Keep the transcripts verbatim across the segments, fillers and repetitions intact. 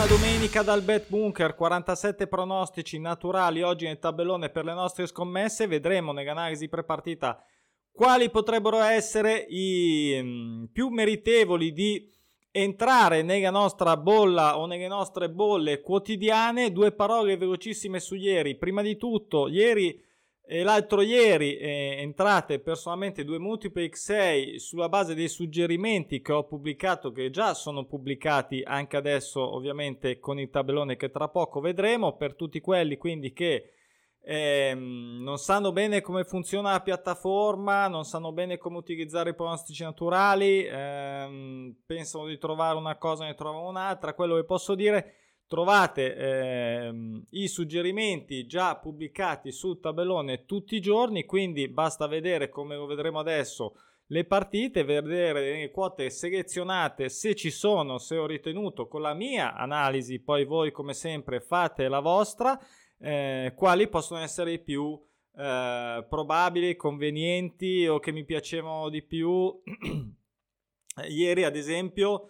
Buona domenica dal Bet Bunker, quarantasette pronostici naturali oggi nel tabellone per le nostre scommesse. Vedremo nell'analisi prepartita quali potrebbero essere i mh, più meritevoli di entrare nella nostra bolla o nelle nostre bolle quotidiane. Due parole velocissime su ieri. Prima di tutto, ieri e l'altro ieri eh, entrate personalmente due multipli X sei sulla base dei suggerimenti che ho pubblicato, che già sono pubblicati anche adesso ovviamente con il tabellone che tra poco vedremo. Per tutti quelli quindi che ehm, non sanno bene come funziona la piattaforma, non sanno bene come utilizzare i pronostici naturali, ehm, pensano di trovare una cosa e ne trovano un'altra, quello che posso dire: trovate ehm, i suggerimenti già pubblicati sul tabellone tutti i giorni, quindi basta vedere, come lo vedremo adesso, le partite, vedere le quote selezionate se ci sono, se ho ritenuto con la mia analisi, poi voi come sempre fate la vostra, eh, quali possono essere i più eh, probabili, convenienti o che mi piacevano di più. Ieri ad esempio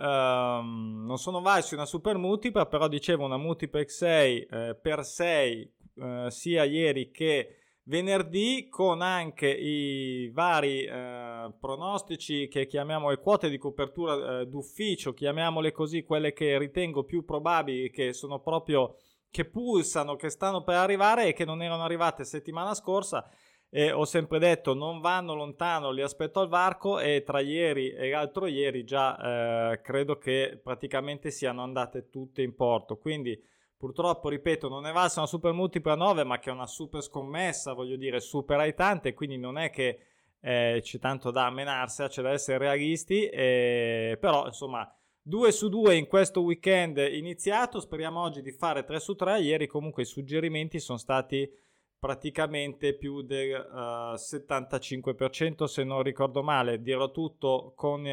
Um, non sono valsi una super multipla, però dicevo una multipla X sei eh, per sei eh, sia ieri che venerdì, con anche i vari eh, pronostici che chiamiamo le quote di copertura eh, d'ufficio, chiamiamole così, quelle che ritengo più probabili, che sono proprio, che pulsano, che stanno per arrivare e che non erano arrivate settimana scorsa. E ho sempre detto non vanno lontano, li aspetto al varco, e tra ieri e l'altro ieri già eh, credo che praticamente siano andate tutte in porto. Quindi purtroppo, ripeto, non è valsa una super multipla nove, ma che è una super scommessa, voglio dire, super aitante, quindi non è che eh, c'è tanto da menarsela, c'è da essere realisti, eh, però insomma due su due in questo weekend iniziato, speriamo oggi di fare tre su tre. Ieri comunque i suggerimenti sono stati praticamente più del uh, settantacinque per cento, se non ricordo male. Dirò tutto con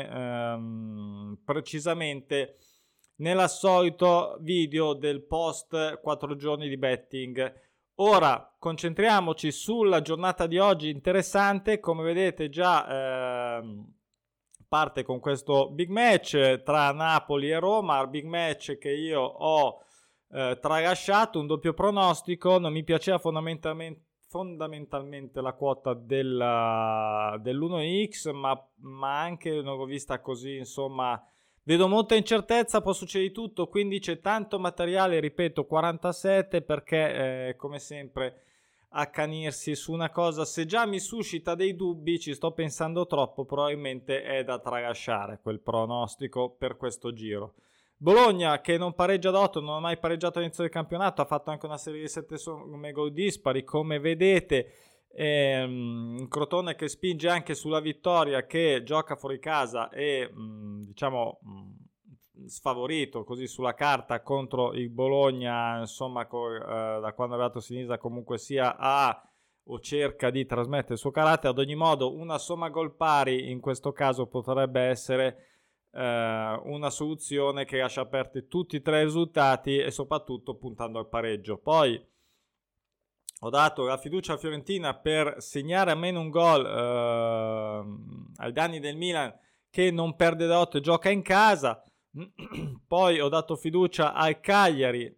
ehm, precisamente nell'assolito video del post quattro giorni di betting. Ora concentriamoci sulla giornata di oggi, interessante, come vedete già ehm, parte con questo big match tra Napoli e Roma, big match che io ho Eh, tralasciato, un doppio pronostico. Non mi piaceva fondamentalmente, fondamentalmente la quota della, dell'uno X, ma, ma anche non l'ho vista così, insomma vedo molta incertezza, può succedere tutto, quindi c'è tanto materiale, ripeto, quarantasette, perché eh, come sempre accanirsi su una cosa, se già mi suscita dei dubbi, ci sto pensando troppo, probabilmente è da tralasciare quel pronostico per questo giro. Bologna che non pareggia da otto, non ha mai pareggiato all'inizio del campionato, ha fatto anche una serie di sette somme gol dispari, come vedete. Ehm, Crotone che spinge anche sulla vittoria, che gioca fuori casa e mh, diciamo mh, sfavorito così sulla carta contro il Bologna, insomma co- eh, da quando è arrivato Sinisa comunque sia a o cerca di trasmettere il suo carattere. Ad ogni modo una somma gol pari in questo caso potrebbe essere una soluzione che lascia aperti tutti e tre i risultati, e soprattutto puntando al pareggio. Poi ho dato la fiducia a Fiorentina per segnare almeno un gol eh, ai danni del Milan, che non perde da otto e gioca in casa. Poi ho dato fiducia al Cagliari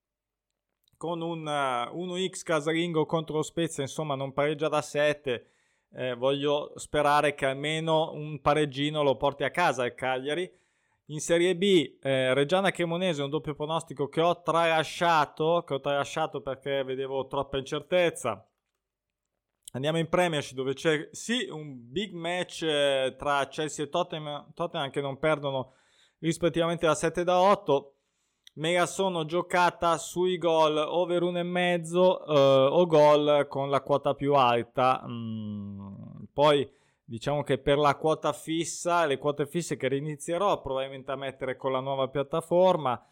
con un uh, uno X casalingo contro lo Spezia, insomma non pareggia da sette. Eh, voglio sperare che almeno un pareggino lo porti a casa il Cagliari. In Serie B eh, Reggiana Cremonese, un doppio pronostico che ho tralasciato che ho tralasciato perché vedevo troppa incertezza. Andiamo in Premiership, dove c'è sì un big match eh, tra Chelsea e Tottenham, Tottenham che non perdono rispettivamente da sette da otto. Me la sono giocata sui gol over uno e mezzo eh, o gol con la quota più alta. Mm, poi diciamo che per la quota fissa, le quote fisse che rinizierò probabilmente a mettere con la nuova piattaforma,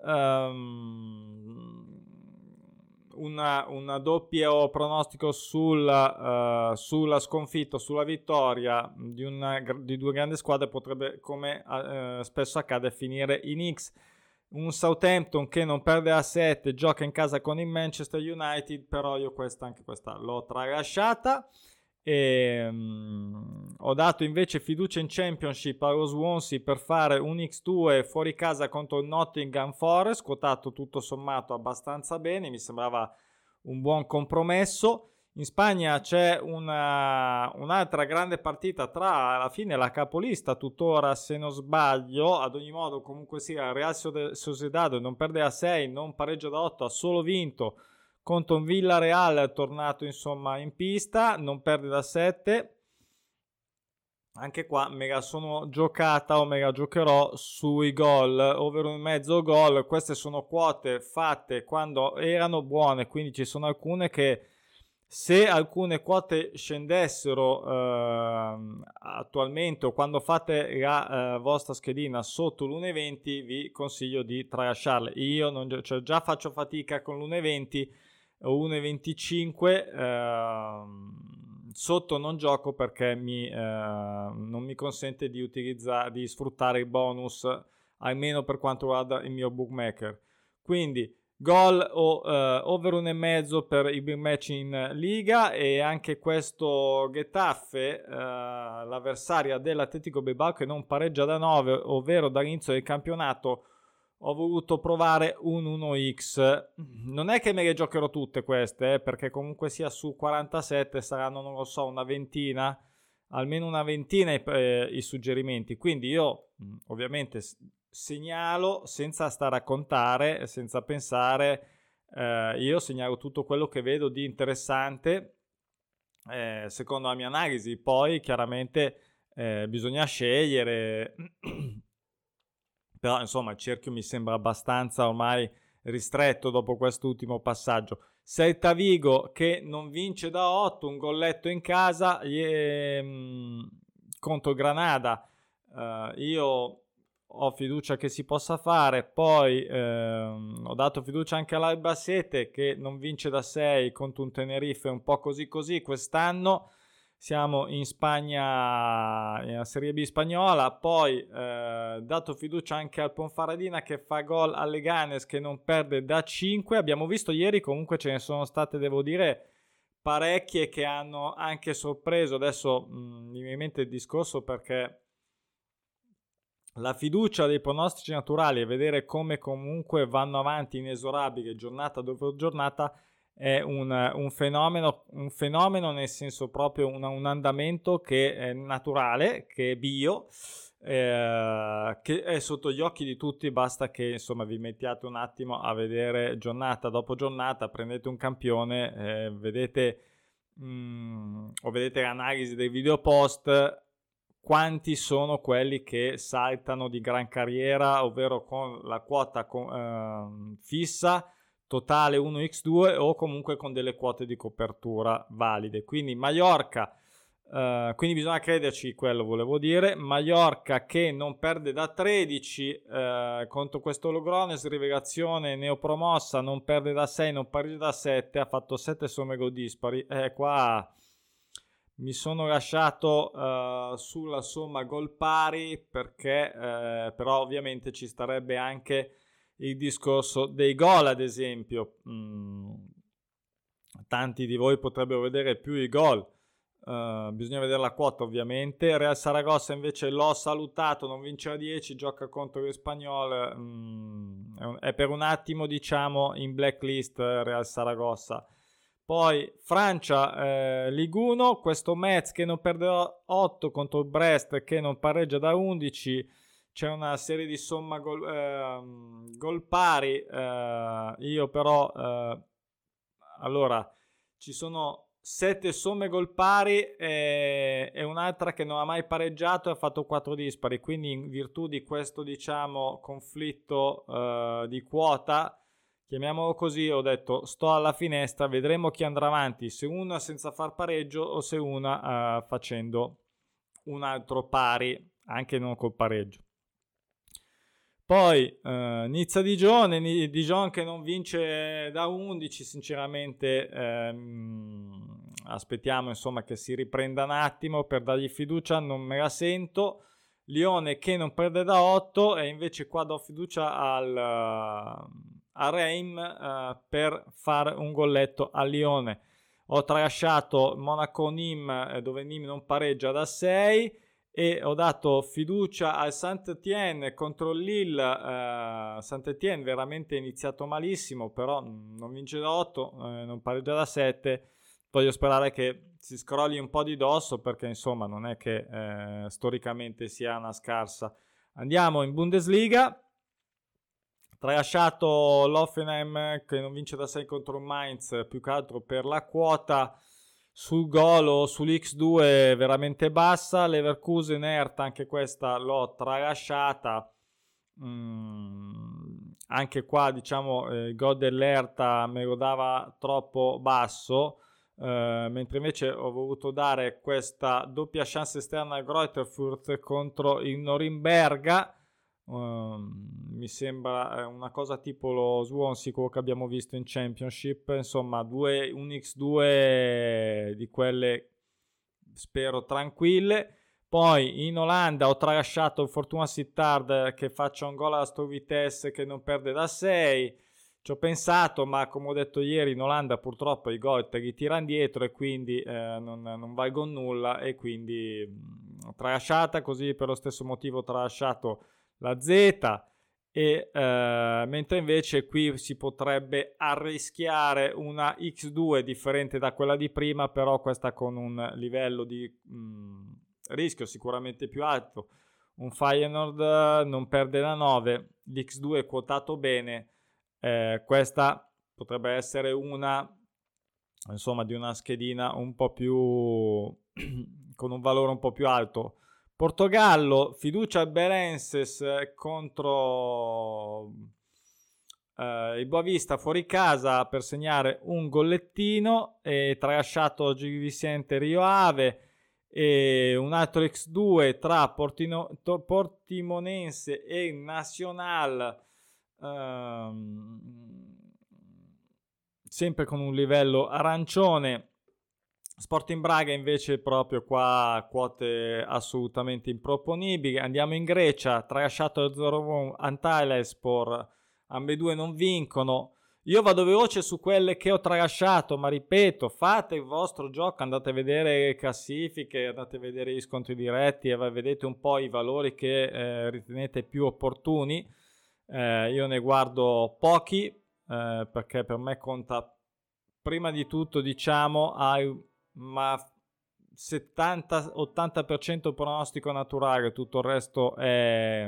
um, una, una doppia pronostico sulla, uh, sulla sconfitta, sulla vittoria di, una, di due grandi squadre potrebbe, come uh, spesso accade, finire in X. Un Southampton che non perde a sette, gioca in casa con il Manchester United, però io questa, anche questa l'ho tralasciata. E, um, ho dato invece fiducia in Championship allo Swansea per fare un ics due fuori casa contro il Nottingham Forest, quotato tutto sommato abbastanza bene, mi sembrava un buon compromesso. In Spagna c'è una, un'altra grande partita tra, alla fine, la capolista tuttora, se non sbaglio, ad ogni modo comunque sia, Real Sociedad non perde da sei, non pareggia da otto, ha solo vinto contro un Villarreal tornato insomma in pista, non perde da sette. Anche qua me la sono giocata o me la giocherò sui gol, ovvero un mezzo gol. Queste sono quote fatte quando erano buone, quindi ci sono alcune che, se alcune quote scendessero eh, attualmente o quando fate la eh, vostra schedina sotto l'uno e venti, vi consiglio di tralasciarle. Io non, cioè, già faccio fatica con l'uno e venti o uno e venticinque, eh, sotto non gioco perché mi, eh, non mi consente di utilizzare, di sfruttare i bonus, almeno per quanto riguarda il mio bookmaker. Quindi gol o uh, over uno e mezzo per i big match in Liga, e anche questo Getafe, uh, l'avversaria dell'Atletico Bilbao, che non pareggia da nove, ovvero dall'inizio del campionato. Ho voluto provare un uno ics. Non è che me le giocherò tutte queste, eh, perché comunque sia su quarantasette saranno, non lo so, una ventina, almeno una ventina i, eh, i suggerimenti. Quindi io ovviamente segnalo senza stare a contare, senza pensare, eh, io segnalo tutto quello che vedo di interessante eh, secondo la mia analisi. Poi chiaramente eh, bisogna scegliere, però insomma il cerchio mi sembra abbastanza ormai ristretto dopo quest'ultimo passaggio. Celta Vigo che non vince da otto, un golletto in casa ehm, contro Granada. Uh, io ho fiducia che si possa fare. Poi ehm, ho dato fiducia anche all'Albacete che non vince da sei contro un Tenerife un po' così così quest'anno. Siamo in Spagna, nella Serie B spagnola. Poi eh, dato fiducia anche al Ponfaradina che fa gol alle Leganes, che non perde da cinque. Abbiamo visto ieri, comunque ce ne sono state, devo dire, parecchie che hanno anche sorpreso. Adesso mh, mi viene in mente il discorso, perché la fiducia dei pronostici naturali e vedere come comunque vanno avanti inesorabili giornata dopo giornata è un, un fenomeno, un fenomeno nel senso proprio un, un andamento che è naturale, che è bio, eh, che è sotto gli occhi di tutti. Basta che insomma vi mettiate un attimo a vedere giornata dopo giornata, prendete un campione, eh, vedete mh, o vedete l'analisi dei video post, quanti sono quelli che saltano di gran carriera, ovvero con la quota con, eh, fissa, totale uno ics due, o comunque con delle quote di copertura valide. Quindi Mallorca, eh, quindi bisogna crederci, quello volevo dire. Mallorca che non perde da tredici eh, contro questo Logrones, rivelazione neopromossa, non perde da sei, non pareggia da sette, ha fatto sette somme gol dispari. Eh, qua mi sono lasciato uh, sulla somma gol pari, perché uh, però ovviamente ci starebbe anche il discorso dei gol, ad esempio. Mm, tanti di voi potrebbero vedere più i gol, uh, bisogna vedere la quota ovviamente. Real Saragossa invece l'ho salutato, non vince a dieci, gioca contro l'Espanyol, mm, è, un, è per un attimo diciamo in blacklist Real Saragossa. Poi Francia, eh, Liguno, questo Metz che non perde otto contro il Brest che non pareggia da undici. C'è una serie di somma gol, eh, gol pari. Eh, io però, eh, allora, ci sono sette somme gol pari e, e un'altra che non ha mai pareggiato e ha fatto quattro dispari. Quindi in virtù di questo, diciamo, conflitto eh, di quota, chiamiamolo così, ho detto sto alla finestra, vedremo chi andrà avanti, se una senza far pareggio o se una uh, facendo un altro pari, anche non col pareggio. Poi uh, Nizza-Digione, Dijon che non vince da undici, sinceramente ehm, aspettiamo insomma che si riprenda un attimo per dargli fiducia, non me la sento. Lione che non perde da otto, e invece qua do fiducia al... Uh, a Reim uh, per fare un golletto a Lione. ho tralasciato Monaco-Nîmes, eh, dove Nîmes non pareggia da sei, e ho dato fiducia al Saint-Étienne contro il Lille. eh, Saint-Étienne veramente iniziato malissimo, però non vince da otto, eh, non pareggia da sette. Voglio sperare che si scrolli un po' di dosso, perché insomma non è che eh, storicamente sia una scarsa. Andiamo in Bundesliga. Tralasciato l'Hoffenheim che non vince da sei contro il Mainz, più che altro per la quota. Sul gol o sull'X due veramente bassa. Leverkusen Hertha, anche questa l'ho tralasciata. Mm, anche qua diciamo eh, il gol dell'Hertha me lo dava troppo basso, eh, mentre invece ho voluto dare questa doppia chance esterna al Greuther Fürth contro il Norimberga. Um, mi sembra una cosa tipo lo Swansea, quello che abbiamo visto in Championship, insomma due, un X due di quelle spero tranquille. Poi in Olanda ho tralasciato il Fortuna Sittard che faccia un gol alla Sto Vitesse che non perde da sei. Ci ho pensato, ma come ho detto ieri, in Olanda purtroppo i gol te li tirano dietro e quindi eh, non, non valgono nulla, e quindi mh, tralasciata. Così per lo stesso motivo ho tralasciato la Z, e eh, mentre invece qui si potrebbe arrischiare una X due differente da quella di prima, però questa con un livello di mh, rischio sicuramente più alto. Un Feyenoord non perde da nove, l'X due è quotato bene, eh, questa potrebbe essere una, insomma, di una schedina un po' più con un valore un po' più alto. Portogallo, fiducia al Belenenses contro eh, il Boavista fuori casa per segnare un gollettino, e tralasciato Gil Vicente Rio Ave, e un altro X due tra Portino, Portimonense e Nacional, ehm, sempre con un livello arancione. Sporting Braga invece proprio qua quote assolutamente improponibili. Andiamo in Grecia, tralasciato il Zorovon, Antalyaspor, ambedue non vincono. Io vado veloce su quelle che ho tralasciato, ma ripeto, fate il vostro gioco, andate a vedere le classifiche, andate a vedere gli scontri diretti e vedete un po' i valori che eh, ritenete più opportuni. Eh, io ne guardo pochi, eh, perché per me conta prima di tutto, diciamo, ai ma settanta ottanta per cento pronostico naturale, tutto il resto è,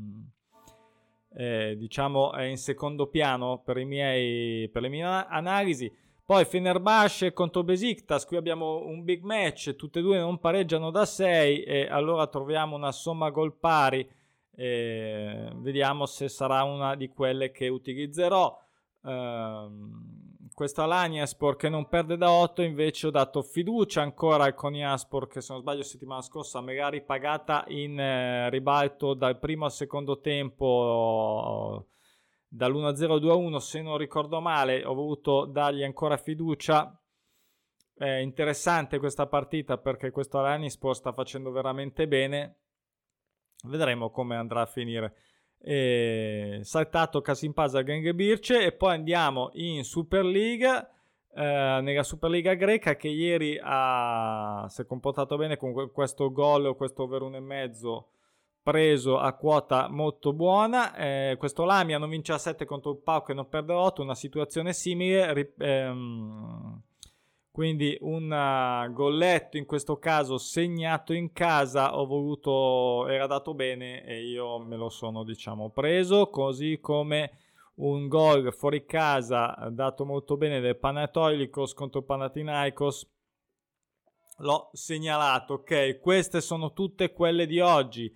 è diciamo è in secondo piano per i miei per le mie analisi. Poi Fenerbahce contro Besiktas, qui abbiamo un big match, tutte e due non pareggiano da sei, e allora troviamo una somma gol pari, e vediamo se sarà una di quelle che utilizzerò. ehm Questa Alanyaspor che non perde da otto, invece ho dato fiducia ancora al Konyaspor, che se non sbaglio settimana scorsa magari pagata in eh, ribalto dal primo al secondo tempo, dall'uno a zero al due a uno se non ricordo male. Ho voluto dargli ancora fiducia. È interessante questa partita perché questo Alanyaspor sta facendo veramente bene, vedremo come andrà a finire. E saltato Kasimpasa Gengebirce, e poi andiamo in Superliga, eh, nella Superliga greca, che ieri ha, si è comportato bene con questo gol o questo over uno e mezzo preso a quota molto buona. Eh, questo Lamia non vince a sette contro il Pau che non perde a otto, una situazione simile, ehm, quindi un uh, golletto in questo caso segnato in casa. Ho voluto, era dato bene e io me lo sono diciamo preso, così come un gol fuori casa dato molto bene del Panathinaikos contro il Panathinaikos, l'ho segnalato. Ok, queste sono tutte quelle di oggi.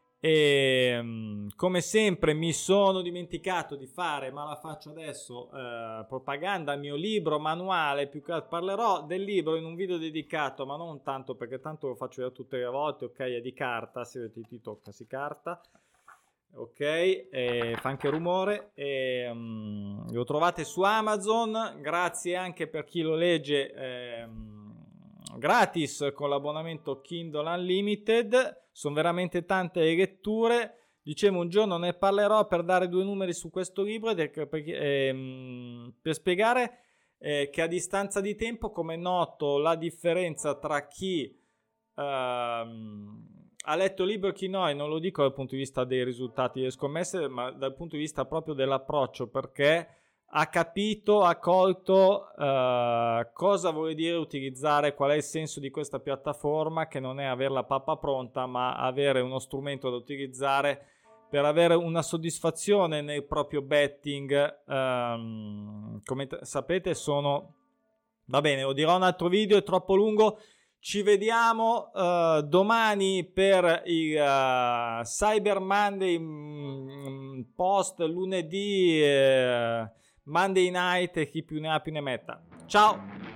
E come sempre mi sono dimenticato di fare, ma la faccio adesso, eh, propaganda al mio libro manuale. Più che parlerò del libro in un video dedicato, ma non tanto perché tanto lo faccio io tutte le volte. Ok, è di carta, se ti tocca si carta, ok, e fa anche rumore, e, um, lo trovate su Amazon. Grazie anche per chi lo legge ehm, gratis con l'abbonamento Kindle Unlimited. Sono veramente tante le letture. Dicevo, un giorno ne parlerò per dare due numeri su questo libro, per, per, ehm, per spiegare eh, che a distanza di tempo, come è noto, la differenza tra chi ehm, ha letto il libro e chi no, e non lo dico dal punto di vista dei risultati delle scommesse, ma dal punto di vista proprio dell'approccio, perché ha capito, ha colto uh, cosa vuol dire utilizzare, qual è il senso di questa piattaforma, che non è avere la pappa pronta, ma avere uno strumento da utilizzare per avere una soddisfazione nel proprio betting. Um, come t- sapete sono... Va bene, lo dirò in un altro video, è troppo lungo. Ci vediamo uh, domani per il uh, Cyber Monday, mm, post lunedì, eh, Monday night, e chi più ne ha più ne metta. Ciao!